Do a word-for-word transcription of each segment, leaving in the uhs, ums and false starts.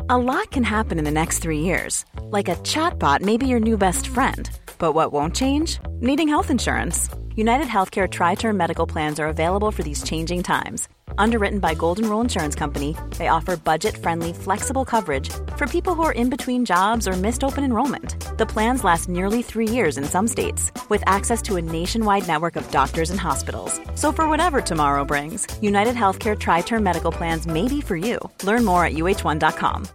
A lot can happen in the next three years. Like a chatbot may be your new best friend. But what won't change? Needing health insurance. United Healthcare Tri-Term Medical Plans are available for these changing times. Underwritten by Golden Rule Insurance Company, they offer budget-friendly, flexible coverage for people who are in between jobs or missed open enrollment. The plans last nearly three years in some states, with access to a nationwide network of doctors and hospitals. So for whatever tomorrow brings, United Healthcare Tri-Term Medical Plans may be for you. Learn more at U H one dot com.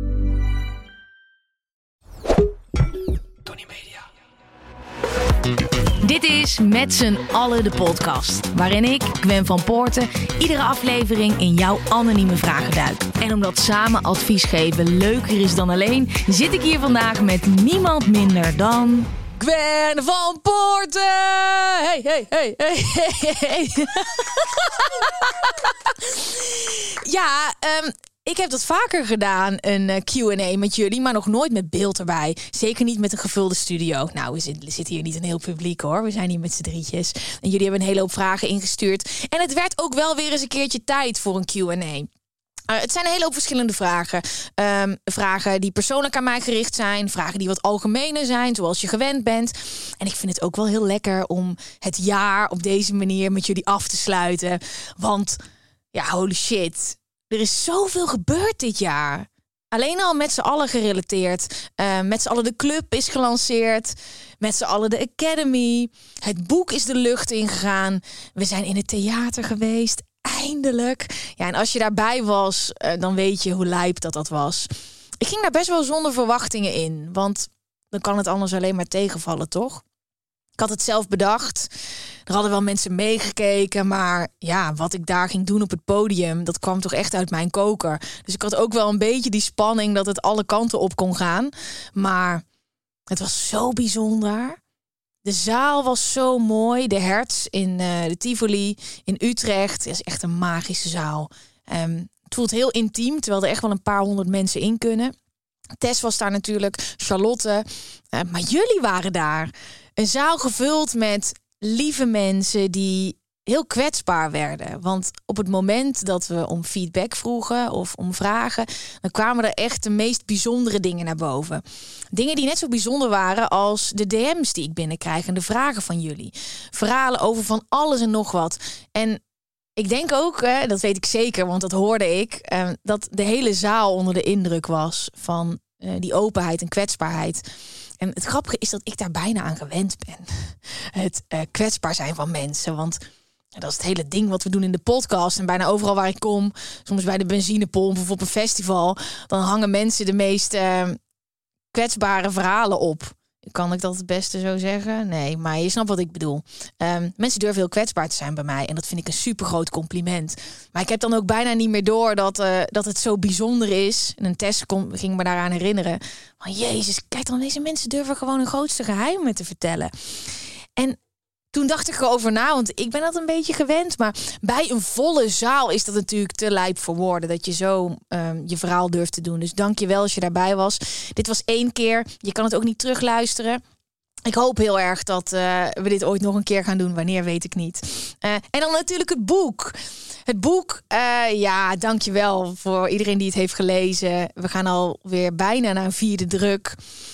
Dit is Met z'n allen de podcast, waarin ik, Gwen van Poorten, iedere aflevering in jouw anonieme vragen duik. En omdat samen advies geven leuker is dan alleen, zit ik hier vandaag met niemand minder dan... Gwen van Poorten! Hey, hey, hey, hey, hey, hey. Ja, um, ik heb dat vaker gedaan, een Q en A met jullie, maar nog nooit met beeld erbij. Zeker niet met een gevulde studio. Nou, we zitten hier niet een heel publiek hoor. We zijn hier met z'n drietjes. En jullie hebben een hele hoop vragen ingestuurd. En het werd ook wel weer eens een keertje tijd voor een Q en A. Uh, het zijn een hele hoop verschillende vragen. Um, vragen die persoonlijk aan mij gericht zijn. Vragen die wat algemener zijn, zoals je gewend bent. En ik vind het ook wel heel lekker om het jaar op deze manier met jullie af te sluiten. Want, ja, holy shit. Er is zoveel gebeurd dit jaar. Alleen al met z'n allen gerelateerd. Uh, met z'n allen de club is gelanceerd. Met z'n allen de Academy. Het boek is de lucht ingegaan. We zijn in het theater geweest. Eindelijk. Ja, en als je daarbij was, uh, dan weet je hoe lijp dat dat was. Ik ging daar best wel zonder verwachtingen in. Want dan kan het anders alleen maar tegenvallen, toch? Ik had het zelf bedacht. Er hadden wel mensen meegekeken. Maar ja, wat ik daar ging doen op het podium, dat kwam toch echt uit mijn koker. Dus ik had ook wel een beetje die spanning dat het alle kanten op kon gaan. Maar het was zo bijzonder. De zaal was zo mooi. De Hertz in uh, de Tivoli in Utrecht. Het is echt een magische zaal. Um, het voelt heel intiem, terwijl er echt wel een paar honderd mensen in kunnen. Tess was daar natuurlijk, Charlotte. Uh, maar jullie waren daar. Een zaal gevuld met lieve mensen die heel kwetsbaar werden. Want op het moment dat we om feedback vroegen of om vragen, dan kwamen er echt de meest bijzondere dingen naar boven. Dingen die net zo bijzonder waren als de D M's die ik binnenkrijg en de vragen van jullie. Verhalen over van alles en nog wat. En ik denk ook, hè, dat weet ik zeker, want dat hoorde ik, eh, dat de hele zaal onder de indruk was van uh, die openheid en kwetsbaarheid. En het grappige is dat ik daar bijna aan gewend ben. Het uh, kwetsbaar zijn van mensen. Want ja, dat is het hele ding wat we doen in de podcast. En bijna overal waar ik kom, soms bij de benzinepomp of op een festival, dan hangen mensen de meest uh, kwetsbare verhalen op. Kan ik dat het beste zo zeggen? Nee, maar je snapt wat ik bedoel. Um, mensen durven heel kwetsbaar te zijn bij mij. En dat vind ik een supergroot compliment. Maar ik heb dan ook bijna niet meer door dat, uh, dat het zo bijzonder is. En een test kon, ging me daaraan herinneren. Maar jezus, kijk dan, deze mensen durven gewoon hun grootste geheimen te vertellen. En toen dacht ik erover na, want ik ben dat een beetje gewend. Maar bij een volle zaal is dat natuurlijk te lijp voor woorden. Dat je zo um, je verhaal durft te doen. Dus dank je wel als je daarbij was. Dit was één keer. Je kan het ook niet terugluisteren. Ik hoop heel erg dat uh, we dit ooit nog een keer gaan doen. Wanneer, weet ik niet. Uh, en dan natuurlijk het boek. Het boek, uh, ja, dank je wel voor iedereen die het heeft gelezen. We gaan alweer bijna naar een vierde druk.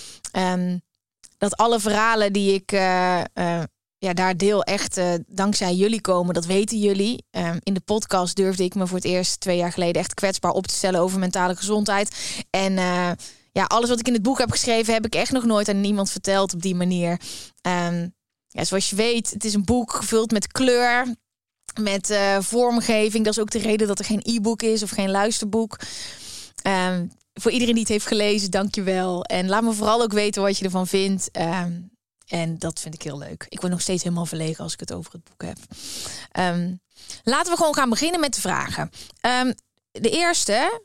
Um, dat alle verhalen die ik... Uh, uh, Ja, daar deel echt uh, dankzij jullie komen, dat weten jullie. Um, in de podcast durfde ik me voor het eerst twee jaar geleden echt kwetsbaar op te stellen over mentale gezondheid. En uh, ja, alles wat ik in het boek heb geschreven, heb ik echt nog nooit aan niemand verteld op die manier. Um, ja, zoals je weet, het is een boek gevuld met kleur, met uh, vormgeving. Dat is ook de reden dat er geen e-book is of geen luisterboek. Um, voor iedereen die het heeft gelezen, dank je wel. En laat me vooral ook weten wat je ervan vindt. Um, En dat vind ik heel leuk. Ik word nog steeds helemaal verlegen als ik het over het boek heb. Um, laten we gewoon gaan beginnen met de vragen. Um, de eerste.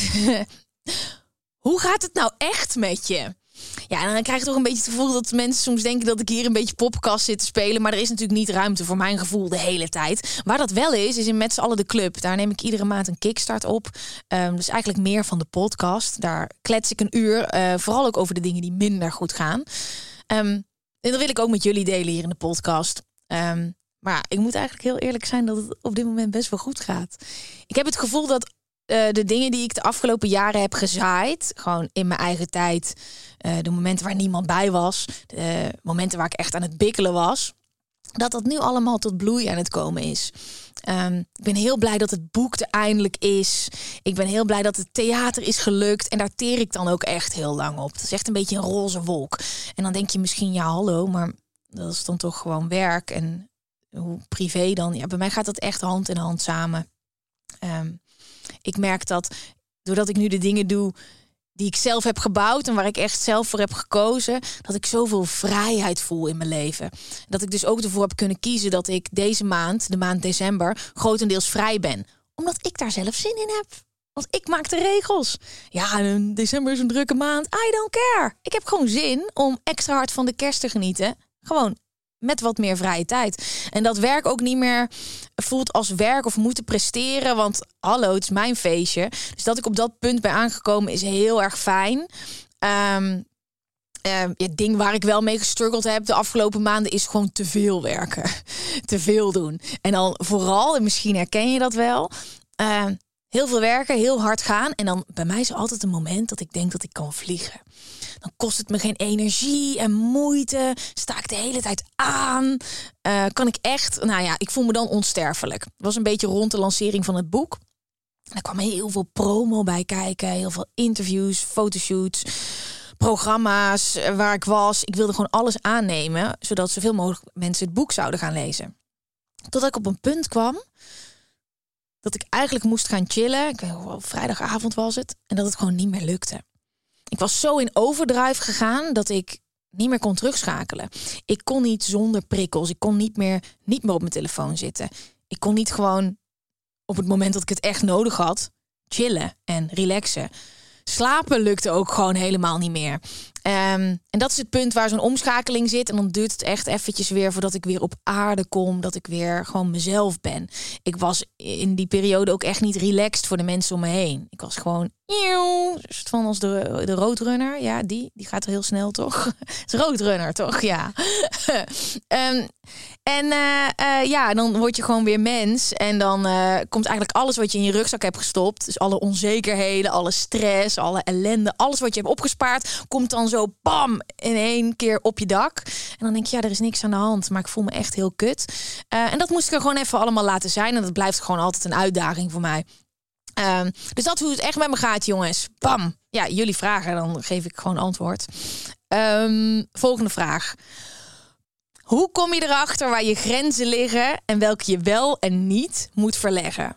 Hoe gaat het nou echt met je? Ja, en dan krijg je toch een beetje het gevoel dat mensen soms denken dat ik hier een beetje poppenkast zit te spelen. Maar er is natuurlijk niet ruimte voor mijn gevoel de hele tijd. Waar dat wel is, is in Met z'n allen de club. Daar neem ik iedere maand een kickstart op. Um, dus eigenlijk meer van de podcast. Daar klets ik een uur. Uh, vooral ook over de dingen die minder goed gaan. Um, En dat wil ik ook met jullie delen hier in de podcast. Um, maar ja, ik moet eigenlijk heel eerlijk zijn dat het op dit moment best wel goed gaat. Ik heb het gevoel dat uh, de dingen die ik de afgelopen jaren heb gezaaid, gewoon in mijn eigen tijd, uh, de momenten waar niemand bij was, de momenten waar ik echt aan het bikkelen was, dat dat nu allemaal tot bloei aan het komen is. Um, ik ben heel blij dat het boek er eindelijk is. Ik ben heel blij dat het theater is gelukt. En daar teer ik dan ook echt heel lang op. Dat is echt een beetje een roze wolk. En dan denk je misschien, ja hallo, maar dat is dan toch gewoon werk. En hoe privé dan? Ja, bij mij gaat dat echt hand in hand samen. Um, ik merk dat doordat ik nu de dingen doe die ik zelf heb gebouwd en waar ik echt zelf voor heb gekozen, dat ik zoveel vrijheid voel in mijn leven. Dat ik dus ook ervoor heb kunnen kiezen dat ik deze maand, de maand december, grotendeels vrij ben. Omdat ik daar zelf zin in heb. Want ik maak de regels. Ja, en december is een drukke maand. I don't care. Ik heb gewoon zin om extra hard van de kerst te genieten. Gewoon met wat meer vrije tijd. En dat werk ook niet meer voelt als werk of moeten presteren. Want hallo, het is mijn feestje. Dus dat ik op dat punt ben aangekomen is heel erg fijn. Um, uh, het ding waar ik wel mee gestruggeld heb de afgelopen maanden is gewoon te veel werken. te veel doen. En dan vooral, en misschien herken je dat wel, Uh, heel veel werken, heel hard gaan. En dan bij mij is er altijd een moment dat ik denk dat ik kan vliegen. Dan kost het me geen energie en moeite. Sta ik de hele tijd aan. Uh, kan ik echt, nou ja, ik voel me dan onsterfelijk. Het was een beetje rond de lancering van het boek. En er kwam heel veel promo bij kijken. Heel veel interviews, fotoshoots, programma's waar ik was. Ik wilde gewoon alles aannemen, zodat zoveel mogelijk mensen het boek zouden gaan lezen. Totdat ik op een punt kwam dat ik eigenlijk moest gaan chillen. Ik weet nog wel, vrijdagavond was het. En dat het gewoon niet meer lukte. Ik was zo in overdrive gegaan dat ik niet meer kon terugschakelen. Ik kon niet zonder prikkels. Ik kon niet meer, niet meer op mijn telefoon zitten. Ik kon niet gewoon op het moment dat ik het echt nodig had chillen en relaxen. Slapen lukte ook gewoon helemaal niet meer. Um, en dat is het punt waar zo'n omschakeling zit. En dan duurt het echt eventjes weer voordat ik weer op aarde kom. Dat ik weer gewoon mezelf ben. Ik was in die periode ook echt niet relaxed voor de mensen om me heen. Ik was gewoon van als de, de roadrunner. Ja, die, die gaat er heel snel, toch? Het is roadrunner, toch? Ja. um, en uh, uh, ja, dan word je gewoon weer mens. En dan uh, komt eigenlijk alles wat je in je rugzak hebt gestopt. Dus alle onzekerheden, alle stress, alle ellende. Alles wat je hebt opgespaard, komt dan zo bam in één keer op je dak. En dan denk je, ja, er is niks aan de hand. Maar ik voel me echt heel kut. Uh, en dat moest ik er gewoon even allemaal laten zijn. En dat blijft gewoon altijd een uitdaging voor mij. Um, dus dat is hoe het echt met me gaat, jongens. Bam. Ja, jullie vragen, dan geef ik gewoon antwoord. Um, volgende vraag. Hoe kom je erachter waar je grenzen liggen en welke je wel en niet moet verleggen?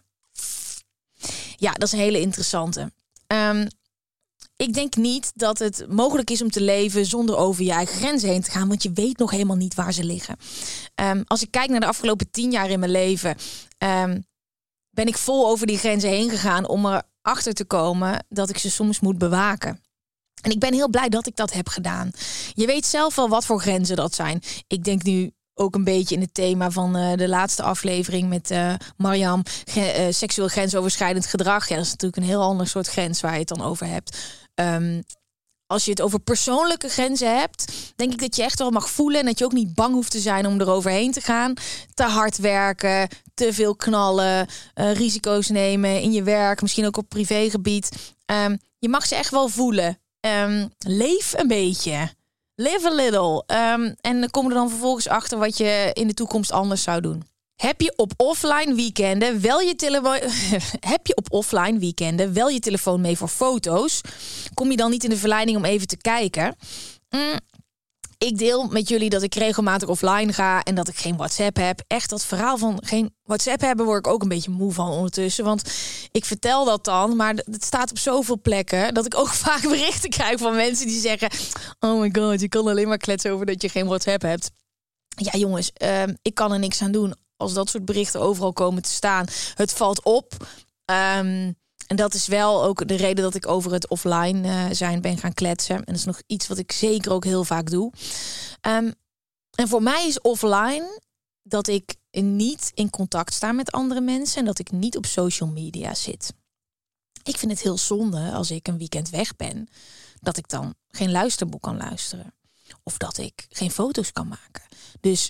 Ja, dat is een hele interessante. Um, ik denk niet dat het mogelijk is om te leven zonder over je eigen grenzen heen te gaan, want je weet nog helemaal niet waar ze liggen. Um, als ik kijk naar de afgelopen tien jaar in mijn leven, Um, ben ik vol over die grenzen heen gegaan om erachter te komen dat ik ze soms moet bewaken. En ik ben heel blij dat ik dat heb gedaan. Je weet zelf wel wat voor grenzen dat zijn. Ik denk nu ook een beetje in het thema van uh, de laatste aflevering met uh, Mariam. Ge- uh, seksueel grensoverschrijdend gedrag. Ja, dat is natuurlijk een heel ander soort grens waar je het dan over hebt. Um, Als je het over persoonlijke grenzen hebt, denk ik dat je echt wel mag voelen en dat je ook niet bang hoeft te zijn om eroverheen te gaan. Te hard werken, te veel knallen, uh, risico's nemen in je werk, misschien ook op privégebied. Um, je mag ze echt wel voelen. Um, leef een beetje. Live a little. Um, en dan kom je er dan vervolgens achter wat je in de toekomst anders zou doen. Heb je op offline weekenden wel je telefoon? Heb je op offline weekenden wel je telefoon mee voor foto's? Kom je dan niet in de verleiding om even te kijken? Mm, ik deel met jullie dat ik regelmatig offline ga en dat ik geen WhatsApp heb. Echt dat verhaal van geen WhatsApp hebben word ik ook een beetje moe van ondertussen. Want ik vertel dat dan, maar het staat op zoveel plekken dat ik ook vaak berichten krijg van mensen die zeggen: oh my god, je kan alleen maar kletsen over dat je geen WhatsApp hebt. Ja jongens, uh, ik kan er niks aan doen als dat soort berichten overal komen te staan. Het valt op. Um, en dat is wel ook de reden dat ik over het offline uh, zijn ben gaan kletsen. En dat is nog iets wat ik zeker ook heel vaak doe. Um, en voor mij is offline dat ik niet in contact sta met andere mensen en dat ik niet op social media zit. Ik vind het heel zonde als ik een weekend weg ben, dat ik dan geen luisterboek kan luisteren. Of dat ik geen foto's kan maken. Dus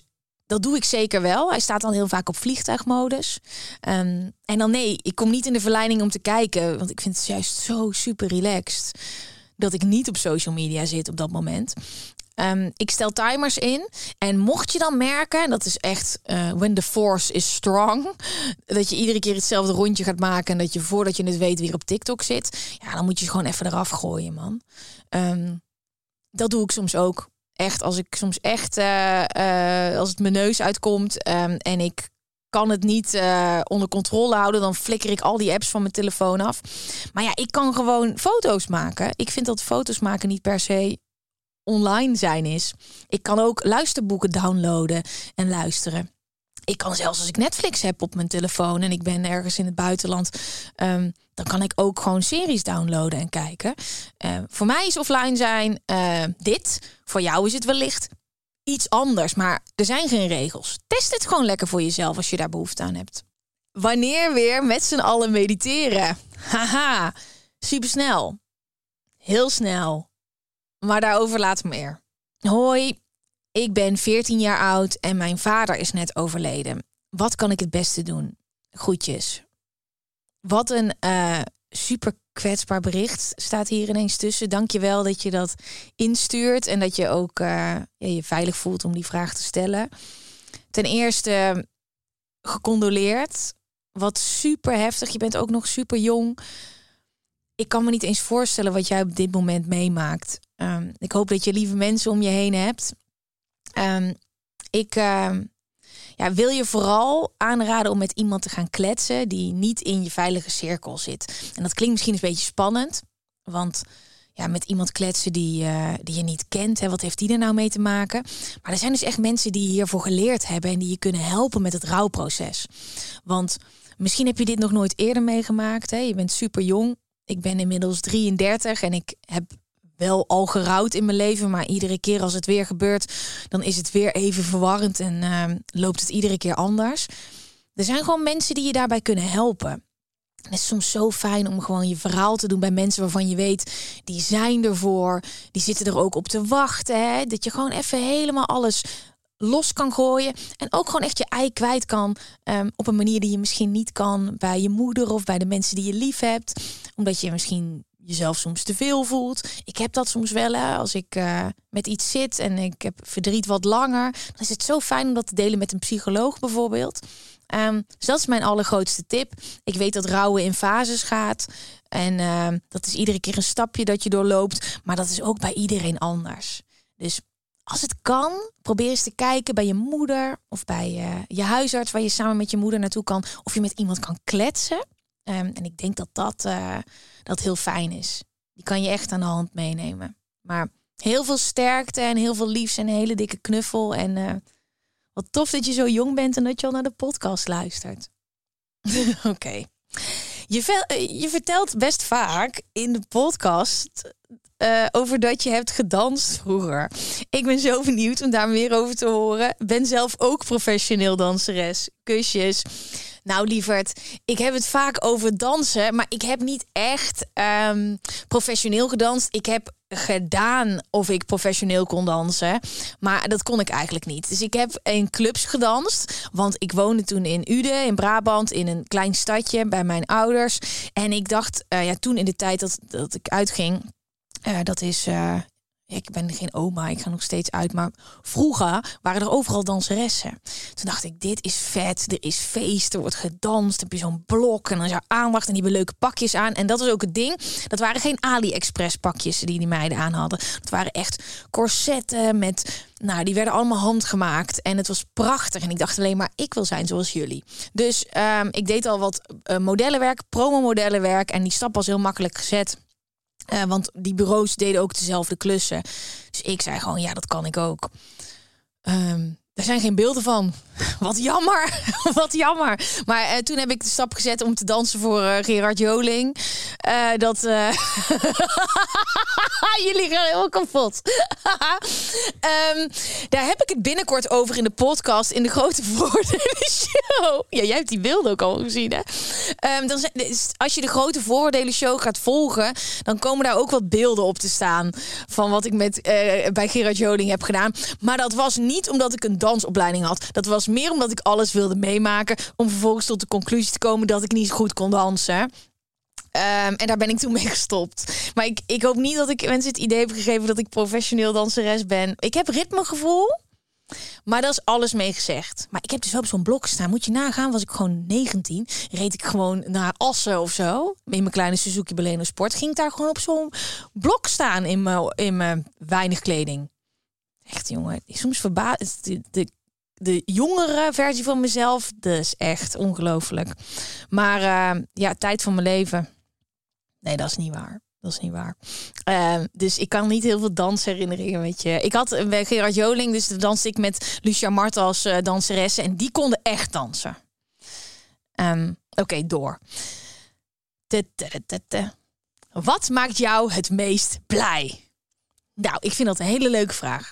dat doe ik zeker wel. Hij staat dan heel vaak op vliegtuigmodus. Um, en dan nee, ik kom niet in de verleiding om te kijken. Want ik vind het juist zo super relaxed dat ik niet op social media zit op dat moment. Um, ik stel timers in. En mocht je dan merken, en dat is echt uh, when the force is strong, dat je iedere keer hetzelfde rondje gaat maken en dat je voordat je het weet weer op TikTok zit, ja, dan moet je gewoon even eraf gooien, man. Um, dat doe ik soms ook. Echt, als ik soms echt, uh, uh, als het mijn neus uitkomt um, en ik kan het niet uh, onder controle houden, dan flikker ik al die apps van mijn telefoon af. Maar ja, ik kan gewoon foto's maken. Ik vind dat foto's maken niet per se online zijn is. Ik kan ook luisterboeken downloaden en luisteren. Ik kan zelfs als ik Netflix heb op mijn telefoon en ik ben ergens in het buitenland, um, dan kan ik ook gewoon series downloaden en kijken. Uh, voor mij is offline zijn uh, dit. Voor jou is het wellicht iets anders, maar er zijn geen regels. Test het gewoon lekker voor jezelf als je daar behoefte aan hebt. Wanneer weer met z'n allen mediteren? Haha, supersnel. Heel snel. Maar daarover later meer. Hoi, ik ben veertien jaar oud en mijn vader is net overleden. Wat kan ik het beste doen? Groetjes. Wat een uh, super kwetsbaar bericht staat hier ineens tussen. Dank je wel dat je dat instuurt en dat je ook uh, ja, je veilig voelt om die vraag te stellen. Ten eerste gecondoleerd. Wat super heftig. Je bent ook nog super jong. Ik kan me niet eens voorstellen wat jij op dit moment meemaakt. Um, ik hoop dat je lieve mensen om je heen hebt. Um, ik uh, ja, wil je vooral aanraden om met iemand te gaan kletsen die niet in je veilige cirkel zit. En dat klinkt misschien een beetje spannend. Want ja, met iemand kletsen die, uh, die je niet kent. Hè, wat heeft die er nou mee te maken? Maar er zijn dus echt mensen die hiervoor geleerd hebben en die je kunnen helpen met het rouwproces. Want misschien heb je dit nog nooit eerder meegemaakt. Hè? Je bent super jong. Ik ben inmiddels drieëndertig en ik heb wel al gerouwd in mijn leven, maar iedere keer als het weer gebeurt, dan is het weer even verwarrend en uh, loopt het iedere keer anders. Er zijn gewoon mensen die je daarbij kunnen helpen. Het is soms zo fijn om gewoon je verhaal te doen bij mensen waarvan je weet, die zijn ervoor, die zitten er ook op te wachten. Hè? Dat je gewoon even helemaal alles los kan gooien en ook gewoon echt je ei kwijt kan um, op een manier die je misschien niet kan bij je moeder of bij de mensen die je lief hebt, omdat je misschien jezelf soms te veel voelt. Ik heb dat soms wel, hè. Als ik uh, met iets zit en ik heb verdriet wat langer, dan is het zo fijn om dat te delen met een psycholoog bijvoorbeeld. Um, dus dat is mijn allergrootste tip. Ik weet dat rouwen in fases gaat. En uh, dat is iedere keer een stapje dat je doorloopt. Maar dat is ook bij iedereen anders. Dus als het kan, probeer eens te kijken bij je moeder of bij uh, je huisarts waar je samen met je moeder naartoe kan. Of je met iemand kan kletsen. Um, en ik denk dat dat, uh, dat heel fijn is. Die kan je echt aan de hand meenemen. Maar heel veel sterkte en heel veel liefs en een hele dikke knuffel. En uh, wat tof dat je zo jong bent en dat je al naar de podcast luistert. Oké. Okay. Je, ve- je vertelt best vaak in de podcast uh, over dat je hebt gedanst vroeger. Ik ben zo benieuwd om daar meer over te horen. Ben zelf ook professioneel danseres. Kusjes. Nou, lieverd, ik heb het vaak over dansen, maar ik heb niet echt um, professioneel gedanst. Ik heb gedaan of ik professioneel kon dansen, maar dat kon ik eigenlijk niet. Dus ik heb in clubs gedanst, want ik woonde toen in Uden, in Brabant, in een klein stadje bij mijn ouders. En ik dacht, uh, ja, toen in de tijd dat, dat ik uitging, uh, dat is... Uh, Ik ben geen oma, ik ga nog steeds uit. Maar vroeger waren er overal danseressen. Toen dacht ik, dit is vet, er is feest, er wordt gedanst. Dan heb je zo'n blok en dan is er aandacht en die hebben leuke pakjes aan. En dat is ook het ding. Dat waren geen AliExpress pakjes die die meiden aan hadden. Dat waren echt corsetten met... Nou, die werden allemaal handgemaakt. En het was prachtig. En ik dacht alleen maar, ik wil zijn zoals jullie. Dus um, ik deed al wat uh, modellenwerk, promo-modellenwerk. En die stap was heel makkelijk gezet. Uh, want die bureaus deden ook dezelfde klussen. Dus ik zei gewoon, ja, dat kan ik ook. Um, er zijn geen beelden van. Wat jammer. Wat jammer. Maar uh, toen heb ik de stap gezet om te dansen voor uh, Gerard Joling. Uh, dat... Uh... Jullie gaan helemaal kapot. um, daar heb ik het binnenkort over in de podcast. In de grote voordelen show. Ja, jij hebt die beelden ook al gezien, hè? Um, dan, als je de grote voordelen show gaat volgen, dan komen daar ook wat beelden op te staan van wat ik met uh, bij Gerard Joling heb gedaan. Maar dat was niet omdat ik een dansopleiding had. Dat was meer omdat ik alles wilde meemaken, om vervolgens tot de conclusie te komen dat ik niet zo goed kon dansen. Um, en daar ben ik toen mee gestopt. Maar ik, ik hoop niet dat ik mensen het idee heb gegeven dat ik professioneel danseres ben. Ik heb ritmegevoel, maar dat is alles mee gezegd. Maar ik heb dus wel op zo'n blok staan. Moet je nagaan, was ik gewoon negentien. Reed ik gewoon naar Assen of zo. In mijn kleine Suzuki Baleno Sport. Ging ik daar gewoon op zo'n blok staan in mijn, in mijn weinig kleding. Echt, jongen. Soms verbaasd. De, de, de jongere versie van mezelf, dat is echt ongelooflijk. Maar uh, ja, tijd van mijn leven. Nee, dat is niet waar. Dat is niet waar. Uh, dus ik kan niet heel veel dansherinneringen met je. Ik had bij Gerard Joling, dus dan danste ik met Lucia Marta als uh, danseressen. En die konden echt dansen. Um, Oké, okay, door. Te, te, te, te. Wat maakt jou het meest blij? Nou, ik vind dat een hele leuke vraag.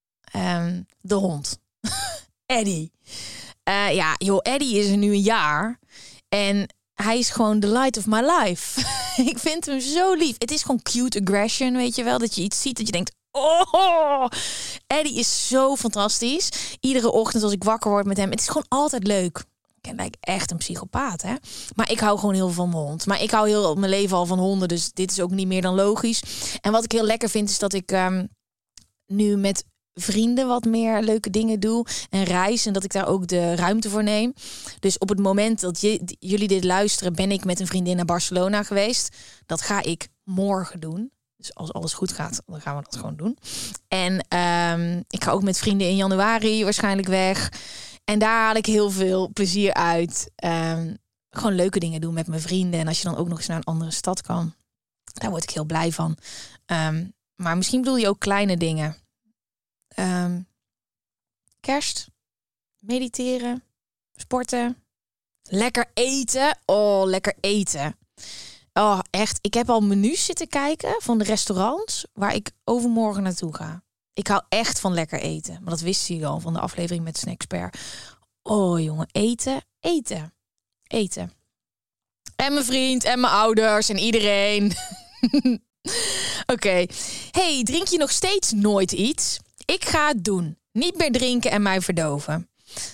Um, de hond. Eddie. Uh, ja, joh, Eddie is er nu een jaar. En hij is gewoon the light of my life. Ik vind hem zo lief. Het is gewoon cute aggression, weet je wel. Dat je iets ziet dat je denkt, oh, Eddie is zo fantastisch. Iedere ochtend als ik wakker word met hem. Het is gewoon altijd leuk. Ik lijk echt een psychopaat, hè. Maar ik hou gewoon heel veel van mijn hond. Maar ik hou heel mijn leven al van honden. Dus dit is ook niet meer dan logisch. En wat ik heel lekker vind is dat ik um, nu met vrienden wat meer leuke dingen doe en reis en dat ik daar ook de ruimte voor neem. Dus op het moment dat je, jullie dit luisteren, ben ik met een vriendin naar Barcelona geweest. Dat ga ik morgen doen. Dus als alles goed gaat, dan gaan we dat gewoon doen. En um, ik ga ook met vrienden in januari waarschijnlijk weg. En daar haal ik heel veel plezier uit. Um, gewoon leuke dingen doen met mijn vrienden. En als je dan ook nog eens naar een andere stad kan, daar word ik heel blij van. Um, maar misschien bedoel je ook kleine dingen. Um, kerst, mediteren, sporten, lekker eten. Oh, lekker eten. Oh, echt. Ik heb al menus zitten kijken van de restaurants waar ik overmorgen naartoe ga. Ik hou echt van lekker eten. Maar dat wist je al van de aflevering met Snackspert. Oh, jongen. Eten, eten, eten. En mijn vriend en mijn ouders en iedereen. Oké. Okay. Hey, drink je nog steeds nooit iets? Ik ga het doen. Niet meer drinken en mij verdoven.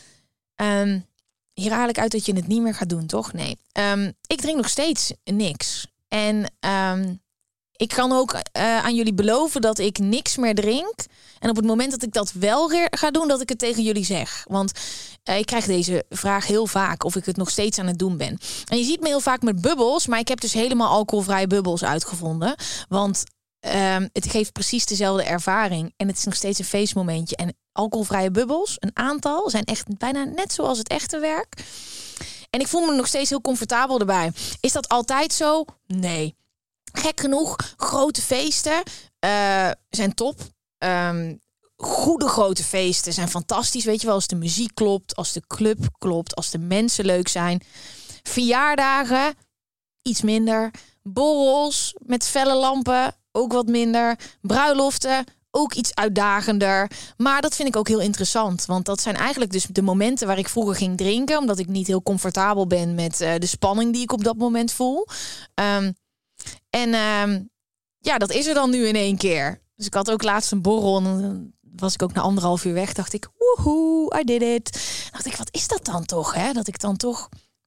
Um, hier haal ik uit dat je het niet meer gaat doen, toch? Nee. Um, ik drink nog steeds niks. En um, ik kan ook uh, aan jullie beloven dat ik niks meer drink. En op het moment dat ik dat wel ga doen, dat ik het tegen jullie zeg. Want uh, ik krijg deze vraag heel vaak of ik het nog steeds aan het doen ben. En je ziet me heel vaak met bubbels, maar ik heb dus helemaal alcoholvrije bubbels uitgevonden. Want Um, het geeft precies dezelfde ervaring. En het is nog steeds een feestmomentje. En alcoholvrije bubbels, een aantal, zijn echt bijna net zoals het echte werk. En ik voel me nog steeds heel comfortabel erbij. Is dat altijd zo? Nee. Gek genoeg, grote feesten uh, zijn top. Um, goede grote feesten zijn fantastisch. Weet je wel, als de muziek klopt, als de club klopt, als de mensen leuk zijn. Verjaardagen, iets minder. Borrels met felle lampen, ook wat minder. Bruiloften, ook iets uitdagender. Maar dat vind ik ook heel interessant. Want dat zijn eigenlijk dus de momenten waar ik vroeger ging drinken. Omdat ik niet heel comfortabel ben met uh, de spanning die ik op dat moment voel. Um, en um, ja, dat is er dan nu in één keer. Dus ik had ook laatst een borrel en dan was ik ook na anderhalf uur weg. Dacht ik, woehoe, I did it. Dacht ik, wat is dat dan toch? Hè? Dat ik dan toch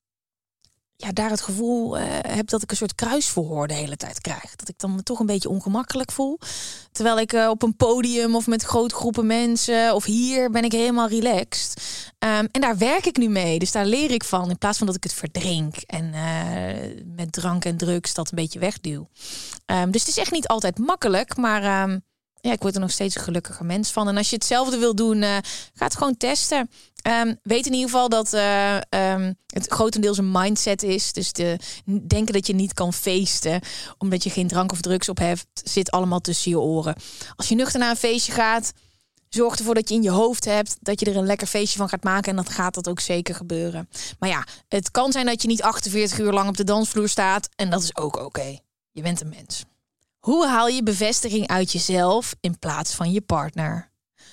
ja, daar het gevoel uh, heb dat ik een soort kruisverhoor de hele tijd krijg. Dat ik dan me toch een beetje ongemakkelijk voel. Terwijl ik uh, op een podium of met grote groepen mensen of hier ben ik helemaal relaxed. Um, en daar werk ik nu mee. Dus daar leer ik van. In plaats van dat ik het verdrink en uh, met drank en drugs dat een beetje wegduw. Um, dus het is echt niet altijd makkelijk, maar Um, ja, ik word er nog steeds een gelukkiger mens van. En als je hetzelfde wil doen, uh, ga het gewoon testen. Um, weet in ieder geval dat uh, um, het grotendeels een mindset is. Dus de, denken dat je niet kan feesten omdat je geen drank of drugs op hebt, zit allemaal tussen je oren. Als je nuchter naar een feestje gaat, zorg ervoor dat je in je hoofd hebt dat je er een lekker feestje van gaat maken. En dan gaat dat ook zeker gebeuren. Maar ja, het kan zijn dat je niet achtenveertig uur lang op de dansvloer staat. En dat is ook oké. Okay. Je bent een mens. Hoe haal je bevestiging uit jezelf in plaats van je partner?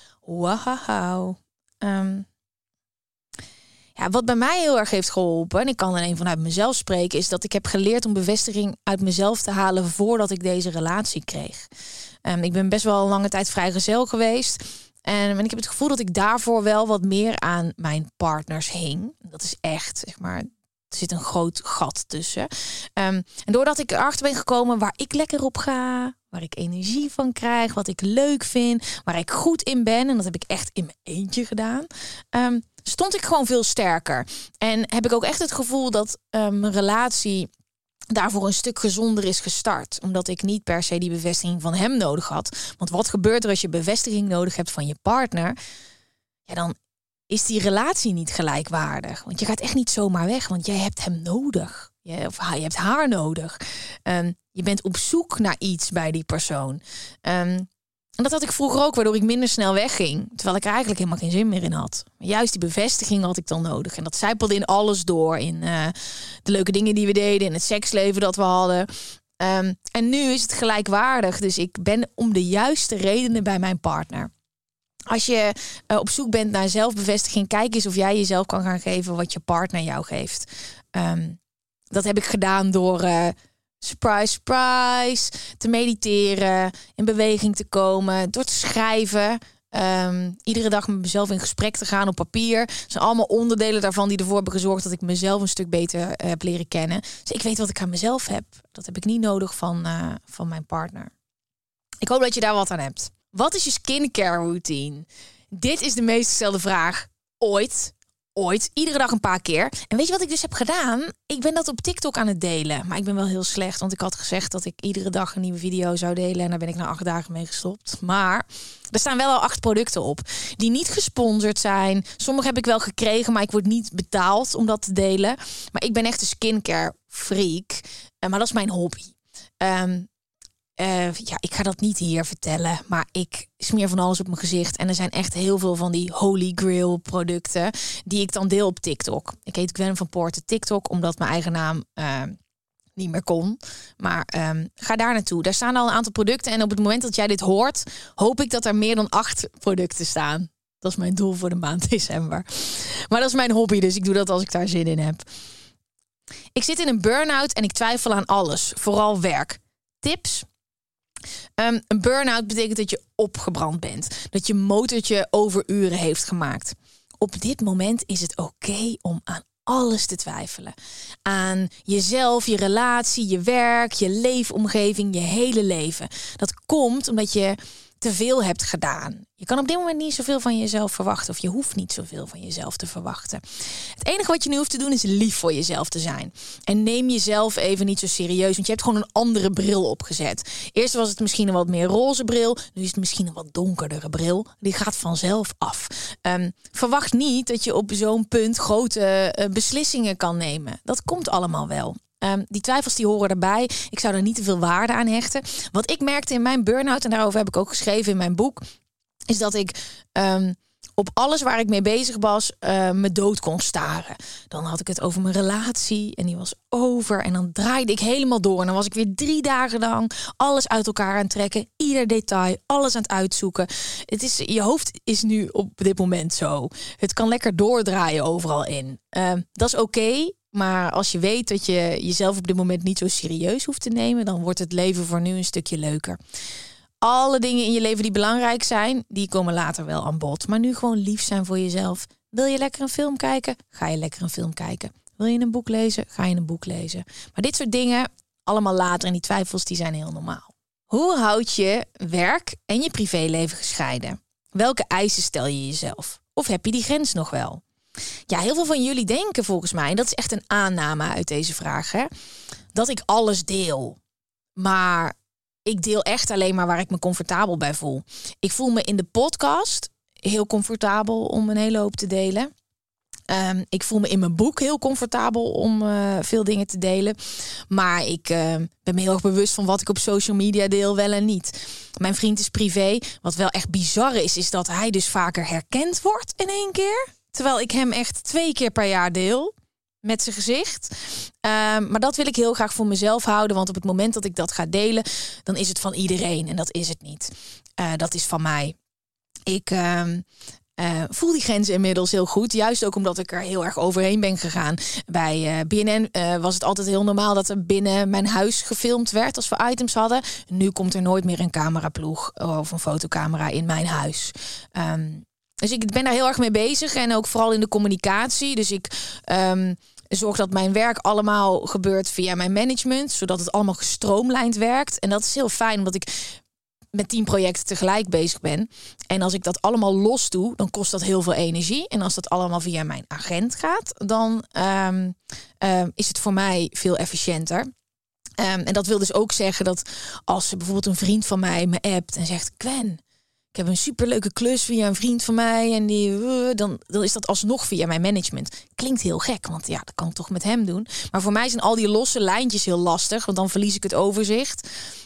Wauw. Um, ja, wat bij mij heel erg heeft geholpen, en ik kan alleen vanuit mezelf spreken, is dat ik heb geleerd om bevestiging uit mezelf te halen voordat ik deze relatie kreeg. Um, ik ben best wel een lange tijd vrijgezel geweest. En, en ik heb het gevoel dat ik daarvoor wel wat meer aan mijn partners hing. Dat is echt, zeg maar, er zit een groot gat tussen. Um, en doordat ik erachter ben gekomen waar ik lekker op ga, waar ik energie van krijg, wat ik leuk vind, waar ik goed in ben, en dat heb ik echt in mijn eentje gedaan, um, stond ik gewoon veel sterker. En heb ik ook echt het gevoel dat um, mijn relatie daarvoor een stuk gezonder is gestart. Omdat ik niet per se die bevestiging van hem nodig had. Want wat gebeurt er als je bevestiging nodig hebt van je partner? Ja, dan is die relatie niet gelijkwaardig. Want je gaat echt niet zomaar weg, want jij hebt hem nodig. Je, of je hebt haar nodig. Um, je bent op zoek naar iets bij die persoon. Um, en dat had ik vroeger ook, waardoor ik minder snel wegging. Terwijl ik er eigenlijk helemaal geen zin meer in had. Maar juist die bevestiging had ik dan nodig. En dat zijpelde in alles door. In uh, de leuke dingen die we deden. In het seksleven dat we hadden. Um, en nu is het gelijkwaardig. Dus ik ben om de juiste redenen bij mijn partner. Als je uh, op zoek bent naar zelfbevestiging, kijk eens of jij jezelf kan gaan geven wat je partner jou geeft. Um, dat heb ik gedaan door Uh, surprise, surprise, te mediteren, in beweging te komen, door te schrijven, um, iedere dag met mezelf in gesprek te gaan op papier. Dat zijn allemaal onderdelen daarvan die ervoor hebben gezorgd dat ik mezelf een stuk beter uh, heb leren kennen. Dus ik weet wat ik aan mezelf heb. Dat heb ik niet nodig van, uh, van mijn partner. Ik hoop dat je daar wat aan hebt. Wat is je skincare routine? Dit is de meest gestelde vraag ooit. Ooit, iedere dag een paar keer. En weet je wat ik dus heb gedaan? Ik ben dat op TikTok aan het delen. Maar ik ben wel heel slecht, want ik had gezegd dat ik iedere dag een nieuwe video zou delen. En daar ben ik na acht dagen mee gestopt. Maar er staan wel al acht producten op die niet gesponsord zijn. Sommige heb ik wel gekregen, maar ik word niet betaald om dat te delen. Maar ik ben echt een skincare freak. Maar dat is mijn hobby. Um, Uh, ja, ik ga dat niet hier vertellen, maar ik smeer van alles op mijn gezicht. En er zijn echt heel veel van die Holy Grail producten die ik dan deel op TikTok. Ik heet Gwen van Poorten TikTok, omdat mijn eigen naam uh, niet meer kon. Maar um, ga daar naartoe. Daar staan al een aantal producten. En op het moment dat jij dit hoort, hoop ik dat er meer dan acht producten staan. Dat is mijn doel voor de maand december. Maar dat is mijn hobby, dus ik doe dat als ik daar zin in heb. Ik zit in een burn-out en ik twijfel aan alles, vooral werk. Tips? Um, een burn-out betekent dat je opgebrand bent. Dat je motortje overuren heeft gemaakt. Op dit moment is het oké om aan alles te twijfelen. Aan jezelf, je relatie, je werk, je leefomgeving, je hele leven. Dat komt omdat je te veel hebt gedaan. Je kan op dit moment niet zoveel van jezelf verwachten. Of je hoeft niet zoveel van jezelf te verwachten. Het enige wat je nu hoeft te doen is lief voor jezelf te zijn. En neem jezelf even niet zo serieus. Want je hebt gewoon een andere bril opgezet. Eerst was het misschien een wat meer roze bril. Nu is het misschien een wat donkerdere bril. Die gaat vanzelf af. Um, verwacht niet dat je op zo'n punt grote uh, beslissingen kan nemen. Dat komt allemaal wel. Um, die twijfels die horen erbij. Ik zou er niet te veel waarde aan hechten. Wat ik merkte in mijn burn-out, en daarover heb ik ook geschreven in mijn boek, is dat ik um, op alles waar ik mee bezig was, uh, me dood kon staren. Dan had ik het over mijn relatie en die was over. En dan draaide ik helemaal door. En dan was ik weer drie dagen lang alles uit elkaar aan het trekken. Ieder detail, alles aan het uitzoeken. Het is, je hoofd is nu op dit moment zo. Het kan lekker doordraaien overal in. Uh, dat is oké. Okay. Maar als je weet dat je jezelf op dit moment niet zo serieus hoeft te nemen, dan wordt het leven voor nu een stukje leuker. Alle dingen in je leven die belangrijk zijn, die komen later wel aan bod. Maar nu gewoon lief zijn voor jezelf. Wil je lekker een film kijken? Ga je lekker een film kijken. Wil je een boek lezen? Ga je een boek lezen. Maar dit soort dingen, allemaal later, en die twijfels, die zijn heel normaal. Hoe houd je werk en je privéleven gescheiden? Welke eisen stel je jezelf? Of heb je die grens nog wel? Ja, heel veel van jullie denken volgens mij, en dat is echt een aanname uit deze vraag, hè, dat ik alles deel. Maar ik deel echt alleen maar waar ik me comfortabel bij voel. Ik voel me in de podcast heel comfortabel om een hele hoop te delen. Um, ik voel me in mijn boek heel comfortabel om uh, veel dingen te delen. Maar ik uh, ben me heel erg bewust van wat ik op social media deel, wel en niet. Mijn vriend is privé. Wat wel echt bizar is, is dat hij dus vaker herkend wordt in één keer. Terwijl ik hem echt twee keer per jaar deel met zijn gezicht. Um, maar dat wil ik heel graag voor mezelf houden. Want op het moment dat ik dat ga delen, dan is het van iedereen. En dat is het niet. Uh, dat is van mij. Ik, uh, Uh, voel die grenzen inmiddels heel goed. Juist ook omdat ik er heel erg overheen ben gegaan. Bij uh, B N N uh, was het altijd heel normaal dat er binnen mijn huis gefilmd werd als we items hadden. Nu komt er nooit meer een cameraploeg of een fotocamera in mijn huis. Um, dus ik ben daar heel erg mee bezig. En ook vooral in de communicatie. Dus ik um, zorg dat mijn werk allemaal gebeurt via mijn management. Zodat het allemaal gestroomlijnd werkt. En dat is heel fijn, omdat ik met tien projecten tegelijk bezig ben. En als ik dat allemaal los doe, dan kost dat heel veel energie. En als dat allemaal via mijn agent gaat, dan um, um, is het voor mij veel efficiënter. Um, en dat wil dus ook zeggen dat als bijvoorbeeld een vriend van mij me appt en zegt: Gwen, ik heb een superleuke klus via een vriend van mij. En die, uh, dan, dan is dat alsnog via mijn management. Klinkt heel gek, want ja, dat kan ik toch met hem doen. Maar voor mij zijn al die losse lijntjes heel lastig, want dan verlies ik het overzicht.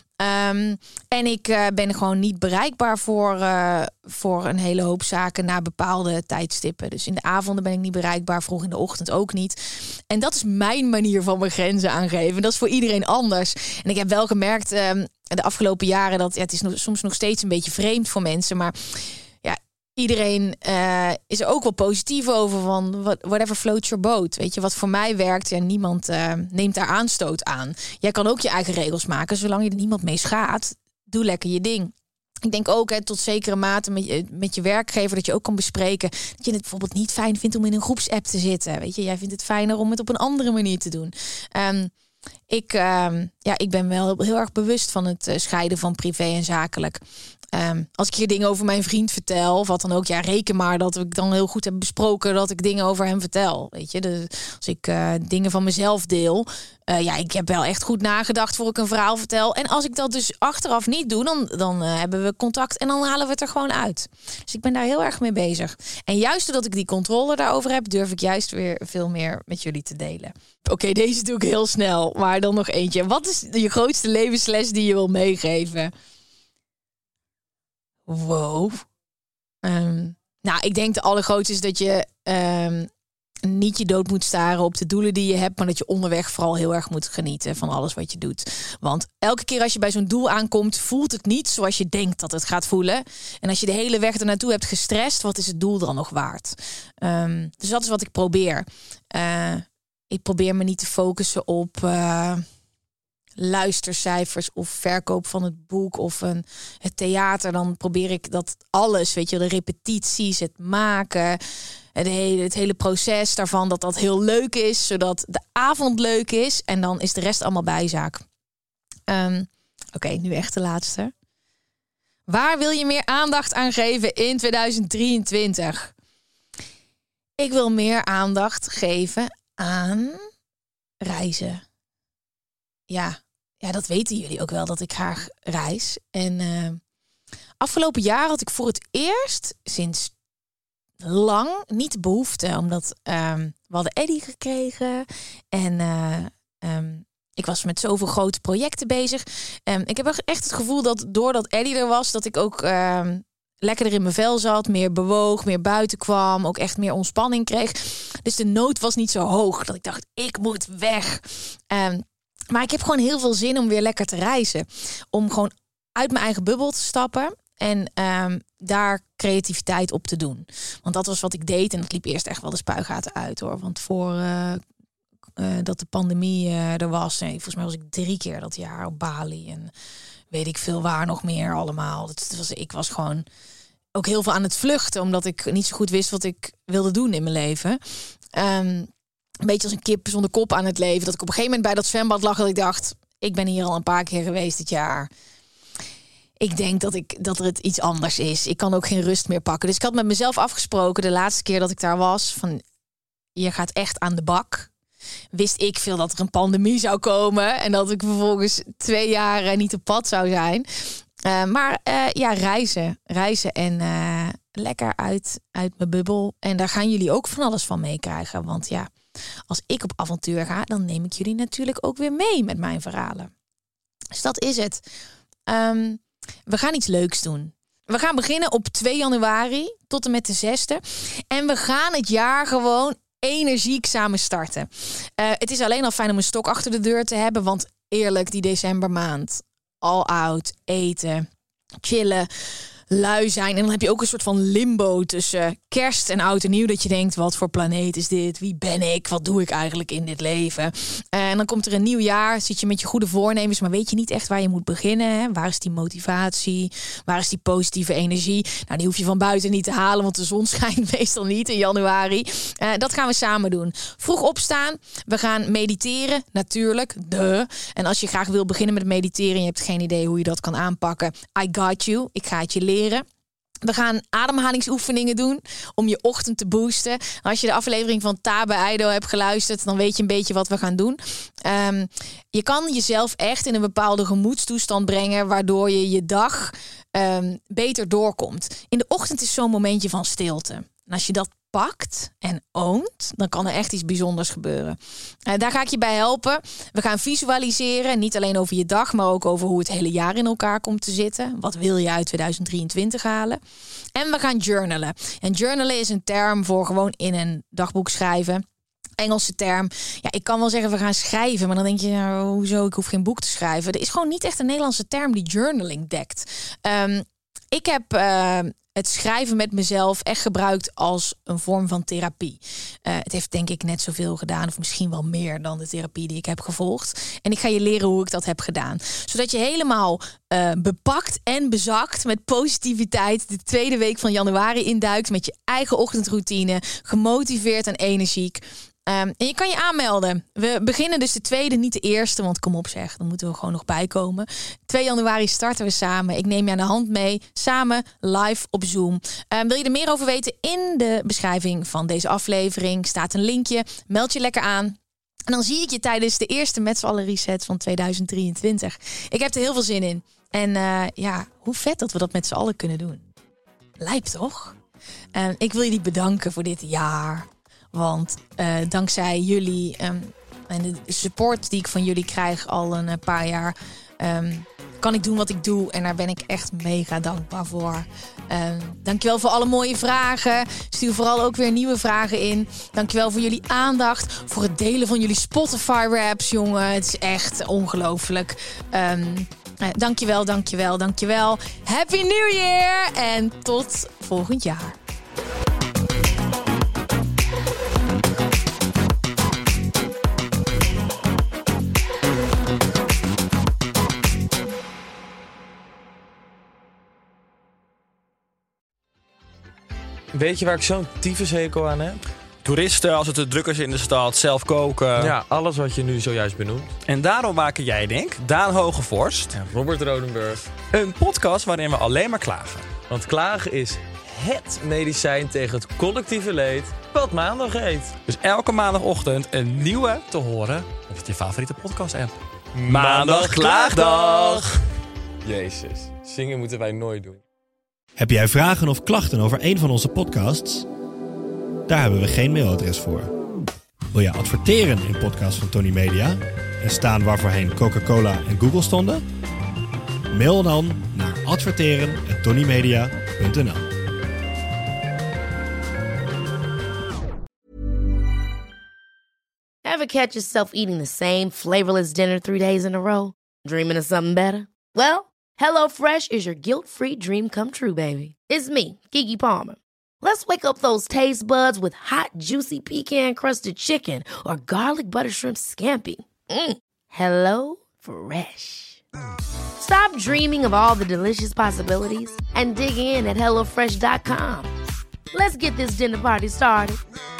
Um, en ik uh, ben gewoon niet bereikbaar voor, uh, voor een hele hoop zaken na bepaalde tijdstippen. Dus in de avonden ben ik niet bereikbaar, vroeg in de ochtend ook niet. En dat is mijn manier van mijn grenzen aangeven. Dat is voor iedereen anders. En ik heb wel gemerkt um, de afgelopen jaren dat ja, het is nog, soms nog steeds een beetje vreemd voor mensen, maar ja, iedereen uh, is er ook wel positief over van whatever floats your boat. Weet je, wat voor mij werkt, ja, niemand uh, neemt daar aanstoot aan. Jij kan ook je eigen regels maken, zolang je er niemand mee schaadt. Doe lekker je ding. Ik denk ook hè, tot zekere mate met je, met je werkgever dat je ook kan bespreken dat je het bijvoorbeeld niet fijn vindt om in een groepsapp te zitten. Weet je, jij vindt het fijner om het op een andere manier te doen. Um, ik, um, ja, ik ben wel heel erg bewust van het uh, scheiden van privé en zakelijk. Um, als ik hier dingen over mijn vriend vertel, of wat dan ook, ja, reken maar dat ik dan heel goed heb besproken dat ik dingen over hem vertel. Weet je, dus als ik uh, dingen van mezelf deel, uh, ja, ik heb wel echt goed nagedacht voor ik een verhaal vertel. En als ik dat dus achteraf niet doe, dan, dan uh, hebben we contact en dan halen we het er gewoon uit. Dus ik ben daar heel erg mee bezig. En juist doordat ik die controle daarover heb, durf ik juist weer veel meer met jullie te delen. Oké, okay, deze doe ik heel snel, maar dan nog eentje. Wat is je grootste levensles die je wil meegeven? Wow. Um, nou, ik denk de allergrootste is dat je um, niet je dood moet staren op de doelen die je hebt, maar dat je onderweg vooral heel erg moet genieten van alles wat je doet. Want elke keer als je bij zo'n doel aankomt, voelt het niet zoals je denkt dat het gaat voelen. En als je de hele weg ernaartoe hebt gestrest, wat is het doel dan nog waard? Um, dus dat is wat ik probeer. Uh, ik probeer me niet te focussen op Uh, luistercijfers of verkoop van het boek of een, het theater. Dan probeer ik dat alles, weet je, de repetities, het maken, het hele, het hele proces daarvan, dat dat heel leuk is, zodat de avond leuk is en dan is de rest allemaal bijzaak. Um, Oké, okay, nu echt de laatste. Waar wil je meer aandacht aan geven in tweeduizend drieëntwintig? Ik wil meer aandacht geven aan reizen. Ja, ja, dat weten jullie ook wel, dat ik graag reis. En uh, afgelopen jaar had ik voor het eerst sinds lang niet de behoefte. Omdat um, we hadden Eddie gekregen. En uh, um, ik was met zoveel grote projecten bezig. Um, ik heb echt het gevoel dat doordat Eddie er was, dat ik ook Um, lekkerder in mijn vel zat, meer bewoog, meer buiten kwam, ook echt meer ontspanning kreeg. Dus de nood was niet zo hoog dat ik dacht, ik moet weg. Um, Maar ik heb gewoon heel veel zin om weer lekker te reizen. Om gewoon uit mijn eigen bubbel te stappen. En um, daar creativiteit op te doen. Want dat was wat ik deed. En dat liep eerst echt wel de spuigaten uit hoor. Want voor uh, uh, dat de pandemie uh, er was. Nee, volgens mij was ik drie keer dat jaar op Bali. En weet ik veel waar nog meer allemaal. Dat was, ik was gewoon ook heel veel aan het vluchten. Omdat ik niet zo goed wist wat ik wilde doen in mijn leven. Um, Een beetje als een kip zonder kop aan het leven. Dat ik op een gegeven moment bij dat zwembad lag. Dat ik dacht, ik ben hier al een paar keer geweest dit jaar. Ik denk dat, ik, dat er het iets anders is. Ik kan ook geen rust meer pakken. Dus ik had met mezelf afgesproken de laatste keer dat ik daar was. Van, je gaat echt aan de bak. Wist ik veel dat er een pandemie zou komen. En dat ik vervolgens twee jaar niet op pad zou zijn. Uh, maar uh, ja, reizen. Reizen en uh, lekker uit, uit mijn bubbel. En daar gaan jullie ook van alles van meekrijgen. Want ja, als ik op avontuur ga, dan neem ik jullie natuurlijk ook weer mee met mijn verhalen. Dus dat is het. Um, we gaan iets leuks doen. We gaan beginnen op twee januari tot en met de zesde. En we gaan het jaar gewoon energiek samen starten. Uh, het is alleen al fijn om een stok achter de deur te hebben. Want eerlijk, die decembermaand, all out, eten, chillen. lui zijn. En dan heb je ook een soort van limbo tussen kerst en oud en nieuw. Dat je denkt, wat voor planeet is dit? Wie ben ik? Wat doe ik eigenlijk in dit leven? En dan komt er een nieuw jaar. Zit je met je goede voornemens, maar weet je niet echt waar je moet beginnen. Hè? Waar is die motivatie? Waar is die positieve energie? Nou, die hoef je van buiten niet te halen, want de zon schijnt meestal niet in januari. Uh, dat gaan we samen doen. Vroeg opstaan. We gaan mediteren, natuurlijk. Duh. En als je graag wil beginnen met mediteren en je hebt geen idee hoe je dat kan aanpakken, I got you. Ik ga het je leren. We gaan ademhalingsoefeningen doen om je ochtend te boosten. Als je de aflevering van Tabe Eido hebt geluisterd, dan weet je een beetje wat we gaan doen. Um, je kan jezelf echt in een bepaalde gemoedstoestand brengen, waardoor je je dag um, beter doorkomt. In de ochtend is zo'n momentje van stilte. En als je dat pakt en oont, dan kan er echt iets bijzonders gebeuren. Uh, daar ga ik je bij helpen. We gaan visualiseren, niet alleen over je dag, maar ook over hoe het hele jaar in elkaar komt te zitten. Wat wil je uit tweeduizend drieëntwintig halen? En we gaan journalen. En journalen is een term voor gewoon in een dagboek schrijven. Engelse term. Ja, ik kan wel zeggen we gaan schrijven, maar dan denk je, nou, hoezo, ik hoef geen boek te schrijven. Er is gewoon niet echt een Nederlandse term die journaling dekt. Um, ik heb Uh, het schrijven met mezelf echt gebruikt als een vorm van therapie. Uh, het heeft denk ik net zoveel gedaan, of misschien wel meer dan de therapie die ik heb gevolgd. En ik ga je leren hoe ik dat heb gedaan. Zodat je helemaal uh, bepakt en bezakt met positiviteit de tweede week van januari induikt met je eigen ochtendroutine, gemotiveerd en energiek. Um, en je kan je aanmelden. We beginnen dus de tweede, niet de eerste. Want kom op zeg, dan moeten we gewoon nog bijkomen. twee januari starten we samen. Ik neem je aan de hand mee. Samen live op Zoom. Um, wil je er meer over weten? In de beschrijving van deze aflevering staat een linkje. Meld je lekker aan. En dan zie ik je tijdens de eerste met z'n allen reset van tweeduizend drieëntwintig. Ik heb er heel veel zin in. En uh, ja, hoe vet dat we dat met z'n allen kunnen doen. Lijp toch? Um, ik wil jullie bedanken voor dit jaar. Want uh, dankzij jullie um, en de support die ik van jullie krijg al een paar jaar, um, kan ik doen wat ik doe. En daar ben ik echt mega dankbaar voor. Um, dankjewel voor alle mooie vragen. Stuur vooral ook weer nieuwe vragen in. Dankjewel voor jullie aandacht. Voor het delen van jullie Spotify-raps, jongen. Het is echt ongelooflijk. Um, uh, dankjewel, dankjewel, dankjewel. Happy New Year! En tot volgend jaar. Weet je waar ik zo'n tyfushekel aan heb? Toeristen, als het te druk is in de stad, zelf koken. Ja, alles wat je nu zojuist benoemt. En daarom maken jij, denk Daan Hogevorst En Robert Rodenburg. een podcast waarin we alleen maar klagen. Want klagen is het medicijn tegen het collectieve leed wat maandag heet. Dus elke maandagochtend een nieuwe te horen op je favoriete podcast-app. Maandag Klaagdag! Jezus, zingen moeten wij nooit doen. Heb jij vragen of klachten over een van onze podcasts? Daar hebben we geen mailadres voor. Wil je adverteren in podcasts van Tony Media en staan waarvoorheen Coca-Cola en Google stonden? Mail dan naar adverteren at tonymedia punt n l. Ever catch yourself eating the same flavorless dinner three days in a row? Dreaming of something better? Well, HelloFresh is your guilt-free dream come true, baby. It's me, Keke Palmer. Let's wake up those taste buds with hot, juicy pecan-crusted chicken or garlic butter shrimp scampi. Mm. Hello Fresh. Stop dreaming of all the delicious possibilities and dig in at hello fresh dot com. Let's get this dinner party started.